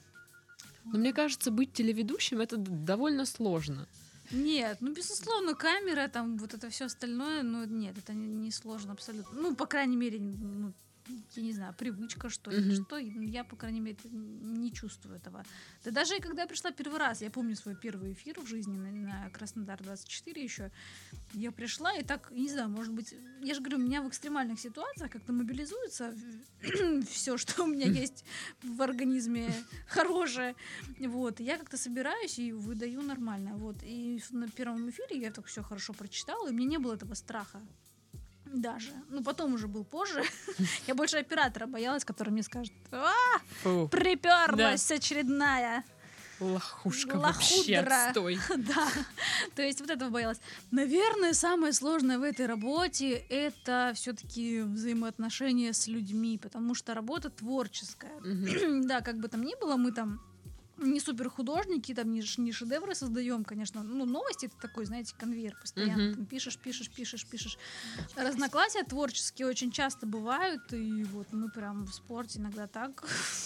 Но мне кажется, быть телеведущим это д- довольно сложно. Нет, ну, безусловно, камера, там, вот это все остальное, ну, нет, это не, не сложно абсолютно. Ну, по крайней мере, ну, я не знаю, привычка, что ли, Мгм. что, и, ну, я, по крайней мере, не чувствую этого. Да даже и когда я пришла первый раз, я помню свой первый эфир в жизни на, на Краснодар двадцать четыре еще, я пришла и так, не знаю, может быть, я же говорю, у меня в экстремальных ситуациях как-то мобилизуется все, что у меня Мгм. есть в организме хорошее, вот, и я как-то собираюсь и выдаю нормально, вот, и на первом эфире я так все хорошо прочитала, и мне не было этого страха. Даже. Ну, потом уже был позже. Я больше оператора боялась, который мне скажет, а, Фу, приперлась очередная. лохушка Лохудра. вообще, отстой. Да. То есть вот этого боялась. Наверное, самое сложное в этой работе — это все-таки взаимоотношения с людьми, потому что работа творческая. Мгм. Да, как бы там ни было, мы там не супер художники, там не, ш- не шедевры создаем, конечно. Ну, новости — это такой, знаете, конвейер постоянно. Мгм. Там пишешь, пишешь, пишешь, пишешь. Разногласия творческие очень часто бывают, и вот мы прям в спорте иногда так.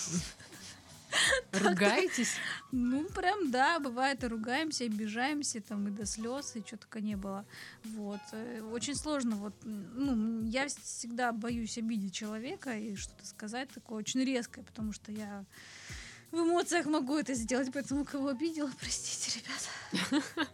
Ругаетесь? Ну, прям, да, бывает, и ругаемся, и обижаемся, там, и до слез, и что только не было. Вот. Э, Очень сложно, вот, м, ну, я всегда боюсь обидеть человека и что-то сказать такое очень резкое, потому что я в эмоциях могу это сделать, поэтому кого обидела, простите, ребята.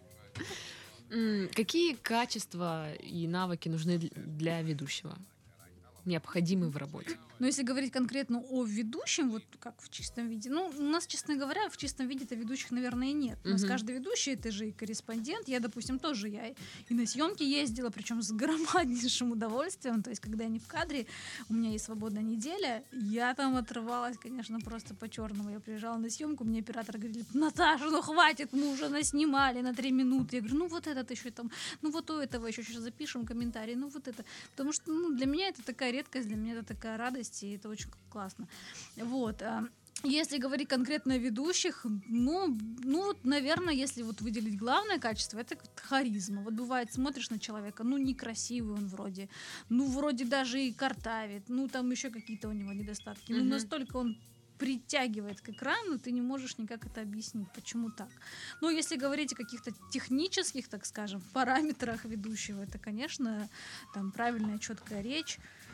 М, Какие качества и навыки нужны дл- для ведущего? Необходимы в работе? Но если говорить конкретно о ведущем, вот как в чистом виде, ну, у нас, честно говоря, в чистом виде-то ведущих, наверное, нет. У нас Мгм. каждый ведущий — это же и корреспондент. Я, допустим, тоже я и и на съемки ездила, причем с громаднейшим удовольствием. То есть, когда я не в кадре, у меня есть свободная неделя, я там отрывалась, конечно, просто по-черному. Я приезжала на съемку, мне оператор говорит, Наташа, ну хватит, мы уже наснимали на три минуты. Я говорю, ну вот этот еще там, ну вот у этого еще сейчас запишем комментарий, ну вот это. Потому что ну, для меня это такая редкость, для меня это такая радость, и это очень классно. Вот. а Если говорить конкретно о ведущих, ну, ну вот, наверное, если вот выделить главное качество, это вот харизма. Вот бывает, смотришь на человека, ну, некрасивый он вроде, ну, вроде даже и картавит, ну, там еще какие-то у него недостатки. Ну, Мгм. настолько он притягивает к экрану, ты не можешь никак это объяснить, почему так. Но если говорить о каких-то технических, так скажем, параметрах ведущего, это, конечно, там правильная, четкая речь,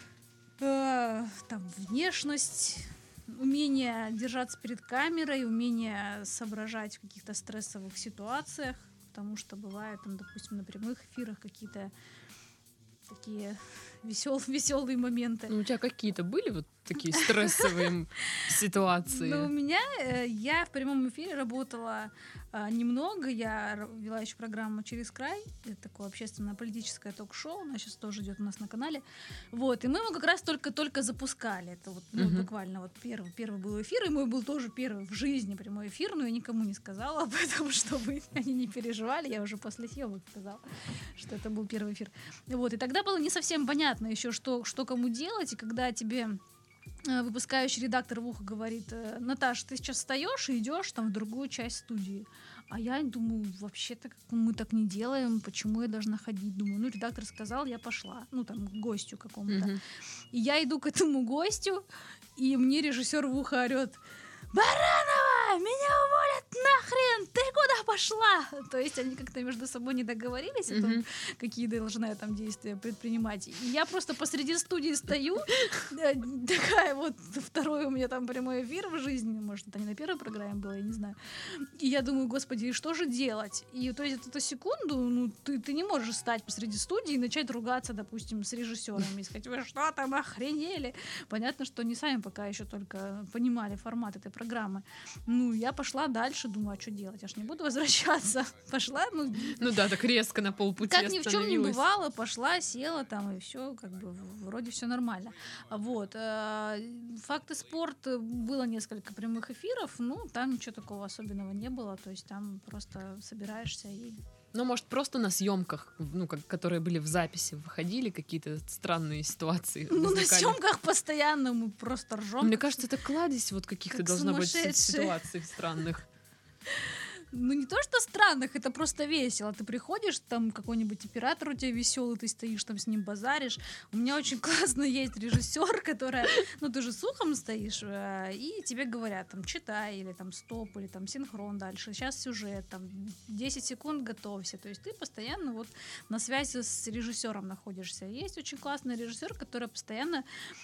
э, там внешность, умение держаться перед камерой, умение соображать в каких-то стрессовых ситуациях, потому что бывает, там, допустим, на прямых эфирах какие-то такие весел, веселые моменты. Ну, у тебя какие-то были вот такие стрессовые м, Но у ситуации? меня, э, я в прямом эфире работала а, немного, я р- вела еще программу «Через край», это такое общественно-политическое ток-шоу, оно сейчас тоже идет у нас на канале, вот, и мы его как раз только-только запускали, это вот, ну, Мгм. буквально вот первый, первый был эфир, и мой был тоже первый в жизни прямой эфир, но я никому не сказала об этом, чтобы они не переживали, я уже после съемок сказала, что это был первый эфир, вот, и тогда было не совсем понятно еще, что, что кому делать, и когда тебе э, выпускающий редактор в ухо говорит, э, Наташ, ты сейчас встаешь и идешь там в другую часть студии. А я думаю, вообще-то как мы так не делаем, почему я должна ходить? Думаю, ну, редактор сказал, я пошла. Ну, там, к гостю какому-то. Мгм. И я иду к этому гостю, и мне режиссер в ухо орет, Баранова, меня уволят нахрен! Ты куда пошла. То есть они как-то между собой не договорились о том, Мгм. какие должна там действия предпринимать. И я просто посреди студии стою, э, такая вот, второй у меня там прямой эфир в жизни, может, это не на первой программе было, я не знаю. И я думаю, господи, и что же делать? И то есть эту секунду, ну, ты, ты не можешь стать посреди студии и начать ругаться, допустим, с режиссерами, и сказать, вы что там охренели? Понятно, что они сами пока еще только понимали формат этой программы. Ну, я пошла дальше, думаю, а что делать? Я ж не буду возвращаться. Пошла, ну, Ну да, так резко на полпути как ни в чем не остановилась. бывало, пошла, села там, и все, как бы, в- вроде все нормально. Вот. э, Факты спорт, э, было несколько прямых эфиров, ну, там ничего такого особенного не было, то есть там просто собираешься и... Ну, может, просто на съемках, ну, как, которые были в записи, выходили какие-то странные ситуации. Ну, на возникали. съемках постоянно мы просто ржем. Мне кажется, это кладезь вот каких-то как должна быть сумасшедшие. ситуаций странных. Ну, не то, что странных, это просто весело. Ты приходишь, там какой-нибудь оператор у тебя веселый, ты стоишь там с ним базаришь. У меня очень классно есть режиссер, которая, ну, ты же с ухом стоишь, э, и тебе говорят, там, читай, или там стоп, или там синхрон дальше, сейчас сюжет, там, десять секунд готовься. То есть ты постоянно вот на связи с режиссером находишься. Есть очень классный режиссер, который постоянно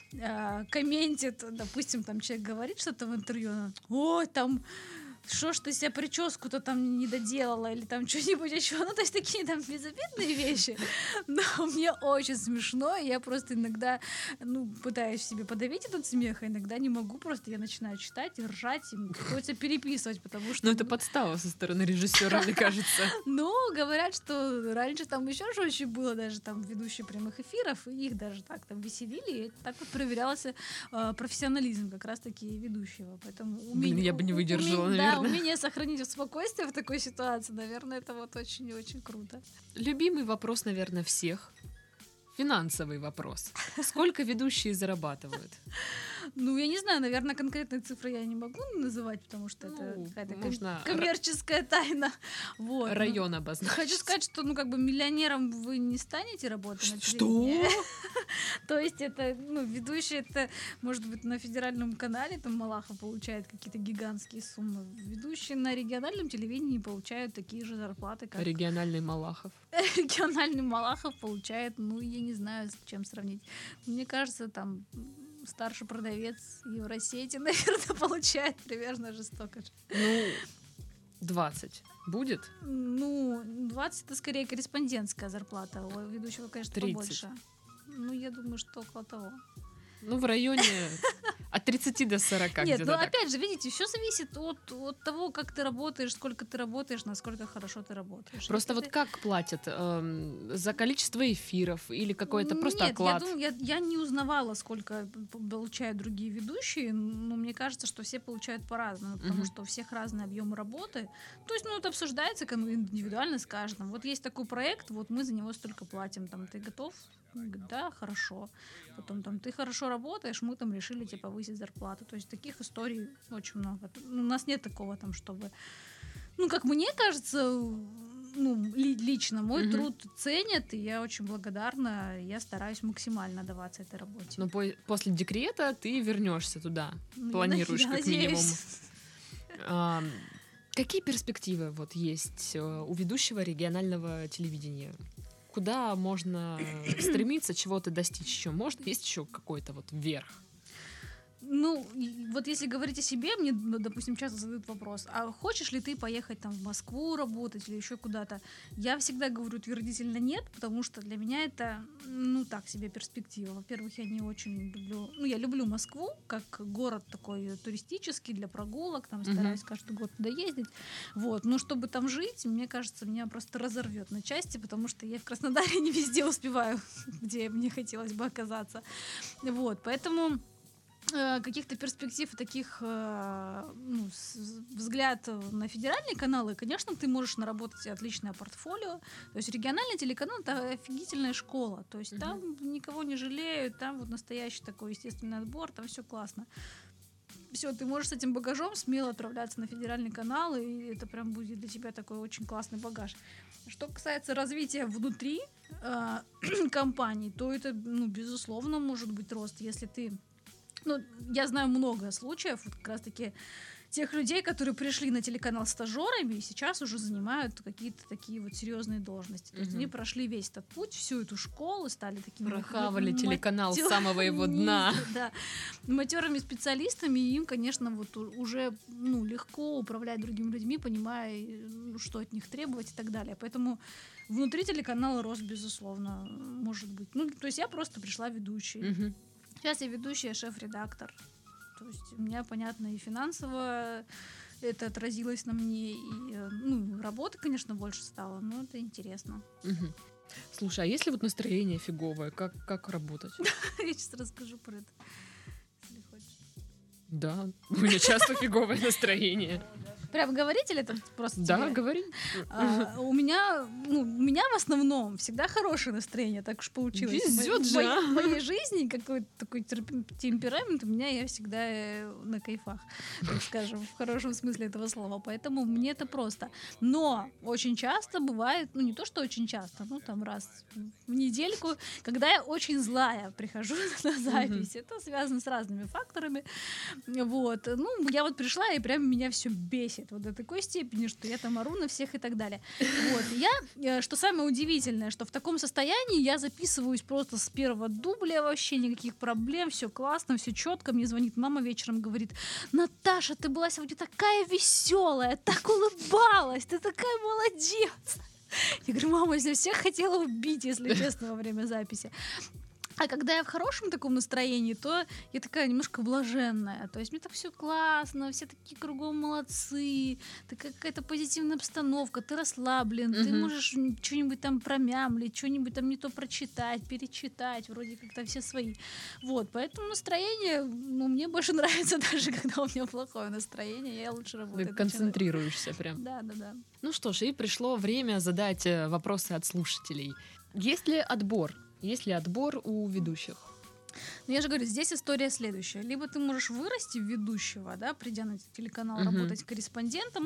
э, комментит, допустим, там человек говорит что-то в интервью, ой, там, что ж ты себе прическу-то там не доделала или там что-нибудь еще. Ну, то есть такие там безобидные вещи. Но мне очень смешно, и я просто иногда, ну, пытаюсь в себе подавить этот смех, а иногда не могу, просто я начинаю читать и ржать, и приходится переписывать, потому что... Ну, это подстава со стороны режиссера, мне кажется. Ну, говорят, что раньше там еще жестче было, даже там ведущие прямых эфиров, и их даже так там веселили, и так вот проверялся э, профессионализм как раз-таки ведущего. Поэтому Блин, умение- я бы не у- выдержала, умение- наверное. Да, умение сохранить спокойствие в такой ситуации, наверное, это вот очень и очень круто. Любимый вопрос, наверное, всех. Финансовый вопрос. Сколько ведущие зарабатывают? Ну, я не знаю, наверное, конкретные цифры я не могу называть, потому что Ну, это какая-то ком- можно коммерческая тайна. Вот. ну, Район обозначить. Хочу сказать, что, ну, как бы миллионером вы не станете работать на Что? телевидении. То есть это, ну, ведущий, это, может быть, на федеральном канале, там Малахов получает какие-то гигантские суммы. Ведущие на региональном телевидении получают такие же зарплаты, как Региональный Малахов. региональный Малахов получает, ну, я не знаю, с чем сравнить. Мне кажется, там старший продавец Евросети, наверное, получает примерно же столько же. Ну, двадцать будет? Ну, двадцать это скорее корреспондентская зарплата. У ведущего, конечно, тридцать. побольше. Ну, я думаю, что около того. Ну, в районе от тридцати до сорока Нет, где-то ну так. опять же, видите, все зависит от, от того, как ты работаешь, сколько ты работаешь, насколько хорошо ты работаешь. Просто Если вот ты- как платят? Эм, за количество эфиров или какой-то просто Нет, оклад? я думаю, я, я не узнавала, сколько п- получают другие ведущие, но мне кажется, что все получают по-разному, потому Мгм. что у всех разные объемы работы. То есть, ну, это обсуждается кон- индивидуально с каждым. Вот есть такой проект, вот мы за него столько платим, там, ты готов? Он говорит, да, хорошо. Потом там, ты хорошо работаешь, мы там решили тебе повысить зарплату. То есть таких историй очень много. У нас нет такого там, чтобы... Ну, как мне кажется, ну, ли- лично мой Мгм. труд ценят, и я очень благодарна. Я стараюсь максимально отдаваться этой работе. Но по- после декрета ты вернешься туда. Ну, я планируешь, наде- как надеюсь. минимум. Ам, Какие перспективы вот есть э, у ведущего регионального телевидения? Куда можно стремиться, чего-то достичь еще? Может, есть еще какой-то вот верх? Ну, и вот если говорить о себе, мне, ну, допустим, часто задают вопрос, а хочешь ли ты поехать там в Москву работать или еще куда-то? Я всегда говорю утвердительно нет, потому что для меня это, ну, так себе перспектива. Во-первых, я не очень люблю, ну, я люблю Москву, как город такой туристический для прогулок, там Мгм. стараюсь каждый год туда ездить, вот. Но чтобы там жить, мне кажется, меня просто разорвет на части, потому что я в Краснодаре не везде успеваю, где мне хотелось бы оказаться, вот. Поэтому э, каких-то перспектив таких, э, ну, с- взгляд на федеральные каналы, конечно, ты можешь наработать отличное портфолио. То есть региональный телеканал — это офигительная школа. То есть Мгм. там никого не жалеют, там вот настоящий такой естественный отбор, там все классно. Все, ты можешь с этим багажом смело отправляться на федеральный канал, и это прям будет для тебя такой очень классный багаж. Что касается развития внутри э, компаний, то это, ну, безусловно, может быть рост, если ты... Ну, я знаю много случаев, вот как раз-таки тех людей, которые пришли на телеканал стажерами и сейчас уже занимают какие-то такие вот серьезные должности. То есть Мгм. они прошли весь этот путь, всю эту школу, стали такими Прохавали ма- телеканал с матё- самого его дна. Да, матерыми специалистами, и им, конечно, вот у- уже ну, легко управлять другими людьми, понимая, э, ну, что от них требовать и так далее. Поэтому внутри телеканала рост, безусловно, может быть. Ну, то есть я просто пришла ведущей. Мгм. Сейчас я ведущая, шеф-редактор. То есть у меня, понятно, и финансово это отразилось на мне, и э, ну, работы, конечно, больше стало, но это интересно. Мгм. Слушай, а если вот настроение фиговое, как, как работать? Я сейчас расскажу про это, если хочешь. Да, у меня часто фиговое настроение. Прям говорить или это просто Да, тебе? говори. А, у меня, ну, у меня в основном всегда хорошее настроение, так уж получилось. В мо- Везёт в же, моей- а. В моей жизни какой-то такой терп- темперамент у меня, я всегда э, на кайфах, так скажем, в хорошем смысле этого слова. Поэтому мне это просто. Но очень часто бывает, ну не то, что очень часто, ну там раз в недельку, когда я очень злая прихожу на запись. Это связано с разными факторами. Вот. Ну, я вот пришла, и прям меня все бесит. Вот до такой степени, что я там ору на всех и так далее. Вот. И я, э, что самое удивительное, что в таком состоянии я записываюсь просто с первого дубля, вообще никаких проблем, все классно, все четко. Мне звонит мама вечером, говорит: Наташа, ты была сегодня такая веселая, так улыбалась, ты такая молодец. Я говорю: мама, я всех хотела убить, если честно, во время записи. А когда я в хорошем таком настроении, то я такая немножко блаженная. То есть мне так все классно, все такие кругом молодцы, такая какая-то позитивная обстановка, ты расслаблен, ты Мгм. можешь м, что-нибудь там промямлить, что-нибудь там не то прочитать, перечитать, вроде как там все свои. Вот, поэтому настроение, ну, мне больше нравится даже, когда у меня плохое настроение, я лучше Ты работаю. чем- концентрируешься прям. Да, да, да. Ну что ж, и пришло время задать э, вопросы от слушателей. Есть ли отбор? Есть ли отбор у ведущих? Но я же говорю, здесь история следующая. Либо ты можешь вырасти в ведущего, да, придя на телеканал Мгм. работать корреспондентом.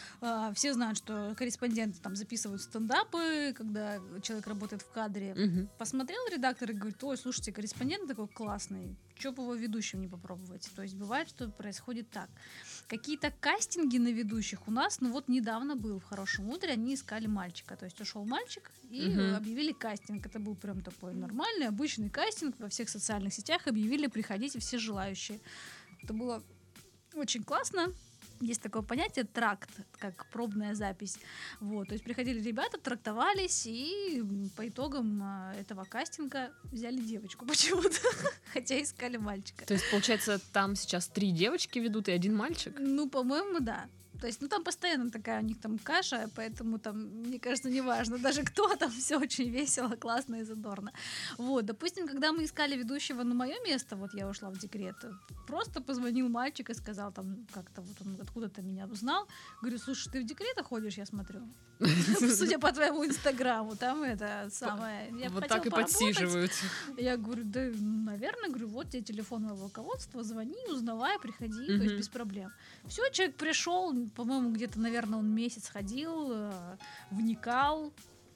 А, все знают, что корреспонденты там записывают стендапы, когда человек работает в кадре. Мгм. Посмотрел редактор и говорит: ой, слушайте, корреспондент такой классный, чё бы его ведущим не попробовать? То есть бывает, что происходит так. Какие-то кастинги на ведущих у нас, ну вот недавно был в «Хорошем утре», они искали мальчика. То есть ушел мальчик и Мгм. объявили кастинг. Это был прям такой нормальный, обычный кастинг. Во всех социальных сетях объявили: приходите все желающие. Это было очень классно. Есть такое понятие тракт, как пробная запись. Вот, то есть приходили ребята, трактовались, и м, по итогам а, этого кастинга взяли девочку почему-то, хотя искали мальчика. То есть, получается, там сейчас три девочки ведут и один мальчик? Ну, по-моему, да. То есть, ну, там постоянно такая у них там каша, поэтому там, мне кажется, неважно даже кто, там все очень весело, классно и задорно. Вот, допустим, когда мы искали ведущего на мое место, вот я ушла в декрет, просто позвонил мальчик и сказал там как-то, вот он откуда-то меня узнал. Говорю: слушай, ты в декрет ходишь, я смотрю. Судя по твоему инстаграму, там это самое. Я Вот хотела так и поработать. подсиживают. Я говорю: да, наверное, говорю, вот тебе телефон моего руководства, звони, узнавай, приходи, то есть Мгм. без проблем. Все, человек пришел, по-моему, где-то, наверное, он месяц ходил, э, вникал,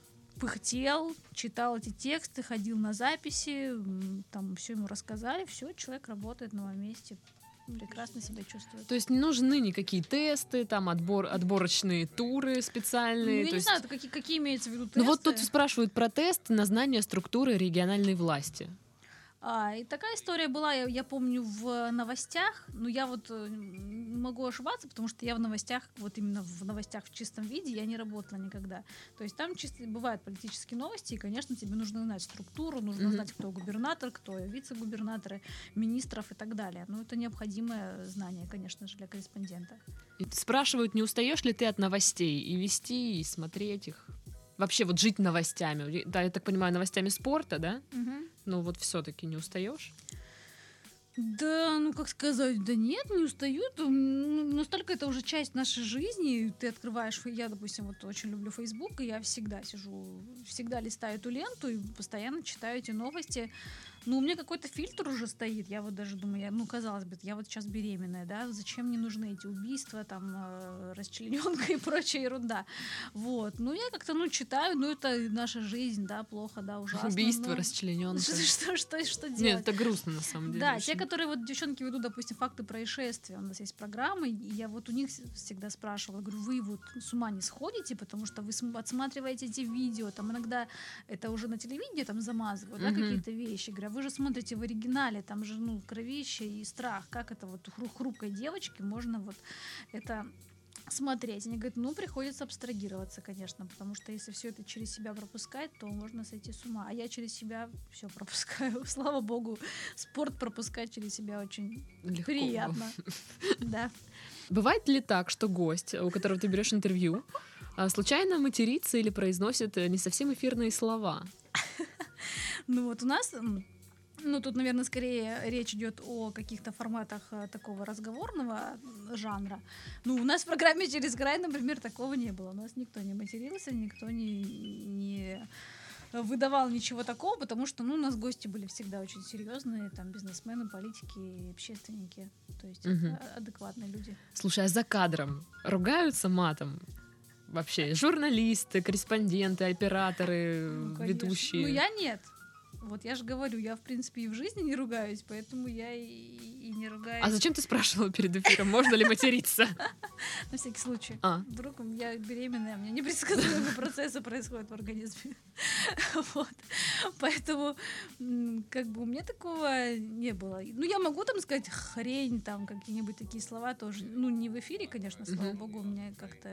пыхтел, читал эти тексты, ходил на записи, м, там все ему рассказали, все, человек работает на новом месте, прекрасно себя чувствует. То есть не нужны никакие тесты, там отбор, отборочные туры Ну, специальные. я то не есть- знаю, это какие, какие имеются в виду тесты. Ну вот тут спрашивают про тест на знание структуры региональной власти. А, и такая история была, я, я помню, в новостях, но я вот э, м, могу ошибаться, потому что я в новостях, вот именно в новостях в чистом виде я не работала никогда. То есть там чисто бывают политические новости, и, конечно, тебе нужно знать структуру, нужно Мгм. знать, кто губернатор, кто вице-губернаторы, министров и так далее. Ну, это необходимое знание, конечно же, для корреспондента. И спрашивают, не устаешь ли ты от новостей и вести, и смотреть их? Вообще вот жить новостями. Да, я так понимаю, новостями спорта, да? Ну вот все-таки не устаешь? Да, ну как сказать, да нет, не устаю. Это, м, настолько это уже часть нашей жизни. Ты открываешь, фей- я, допустим, вот очень люблю Facebook, и я всегда сижу, всегда листаю эту ленту и постоянно читаю эти новости. Ну, у меня какой-то фильтр уже стоит. Я вот даже думаю, я, ну, казалось бы, я вот сейчас беременная, да, зачем мне нужны эти убийства, там, э, расчлененка и прочая ерунда. Вот. Ну, я как-то, ну, читаю, ну, это наша жизнь, да, плохо, да, ужасно. Убийство, но- расчлененка. Что, что, что, что Нет, делать? это грустно на самом деле. Да, очень. те, которые вот девчонки ведут, допустим, факты происшествия. У нас есть программы, и я вот у них всегда спрашивала, говорю, вы вот с ума не сходите, потому что вы отсматриваете эти видео, там иногда это уже на телевидении там замазывают, да, Мгм. какие-то вещи. Говорю, а вы же смотрите в оригинале, там же, ну, кровище и страх. Как это вот хру- хрупкой девочке можно вот это смотреть? Они говорят, ну, приходится абстрагироваться, конечно, потому что если все это через себя пропускать, то можно сойти с ума. А я через себя все пропускаю. Слава богу, спорт пропускать через себя очень Легко. приятно. Да. Бывает ли так, что гость, у которого ты берешь интервью, а, случайно матерится или произносит э, не совсем эфирные слова? Ну вот у нас, м, ну тут, наверное, скорее речь идет о каких-то форматах э, такого разговорного м, жанра. Ну, у нас в программе «Через край», например, такого не было. У нас никто не матерился, никто не, не выдавал ничего такого, потому что, ну, у нас гости были всегда очень серьезные, там, бизнесмены, политики, общественники, то есть Мгм. а- адекватные люди. Слушай, а за кадром ругаются матом? Вообще, журналисты, корреспонденты, операторы, Ну, конечно. ведущие. Ну, я нет. Вот я же говорю, я, в принципе, и в жизни не ругаюсь, поэтому я и, и не ругаюсь. А зачем ты спрашивала перед эфиром, можно ли материться? На всякий случай. А. Вдруг я беременная, у меня непредсказуемые процессы происходят в организме. Вот. Поэтому, м, как бы, у меня такого не было. Ну, я могу там сказать хрень, там, какие-нибудь такие слова тоже. Ну, не в эфире, конечно, слава Мгм. богу, у меня как-то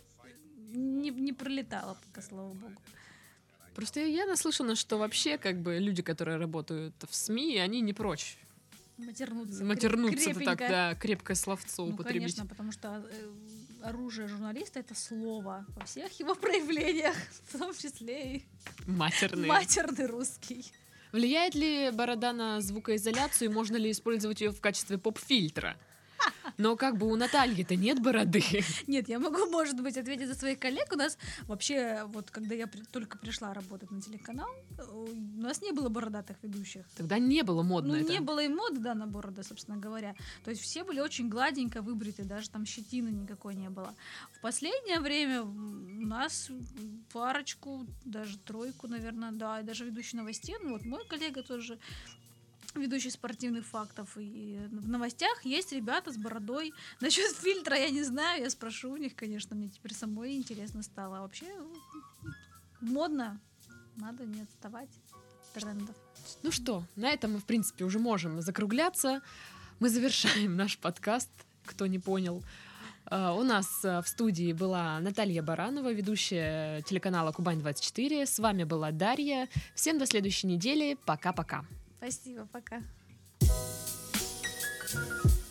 не, не пролетало пока, слава богу. Просто я, я наслышана, что вообще как бы люди, которые работают в СМИ, они не прочь Матернуться. матернуться, это крепенько. так, да, крепкое словцо Ну, употребить. конечно, потому что э, оружие журналиста — это слово во всех его проявлениях, в том числе и Матерные. матерный русский. Влияет ли борода на звукоизоляцию и можно ли использовать ее в качестве поп-фильтра? Но как бы у Натальи-то нет бороды. Нет, я могу, может быть, ответить за своих коллег. У нас вообще, вот когда я при- только пришла работать на телеканал, э, у нас не было бородатых ведущих. Тогда не было модно Ну, это. не было и моды, да, на бороды, собственно говоря. То есть все были очень гладенько выбриты, даже там щетины никакой не было. В последнее время м, у нас парочку, даже тройку, наверное, да, и даже ведущий новостей, ну вот мой коллега тоже ведущий спортивных фактов, и в новостях есть ребята с бородой. Насчет фильтра я не знаю, я спрошу у них, конечно, мне теперь самой интересно стало. А вообще ну, модно, надо не отставать от трендов. Ну что, на этом мы, в принципе, уже можем закругляться. Мы завершаем наш подкаст, кто не понял. А, У нас а, в студии была Наталья Баранова, ведущая телеканала Кубань двадцать четыре. С вами была Дарья. Всем до следующей недели. Пока-пока. Спасибо, пока.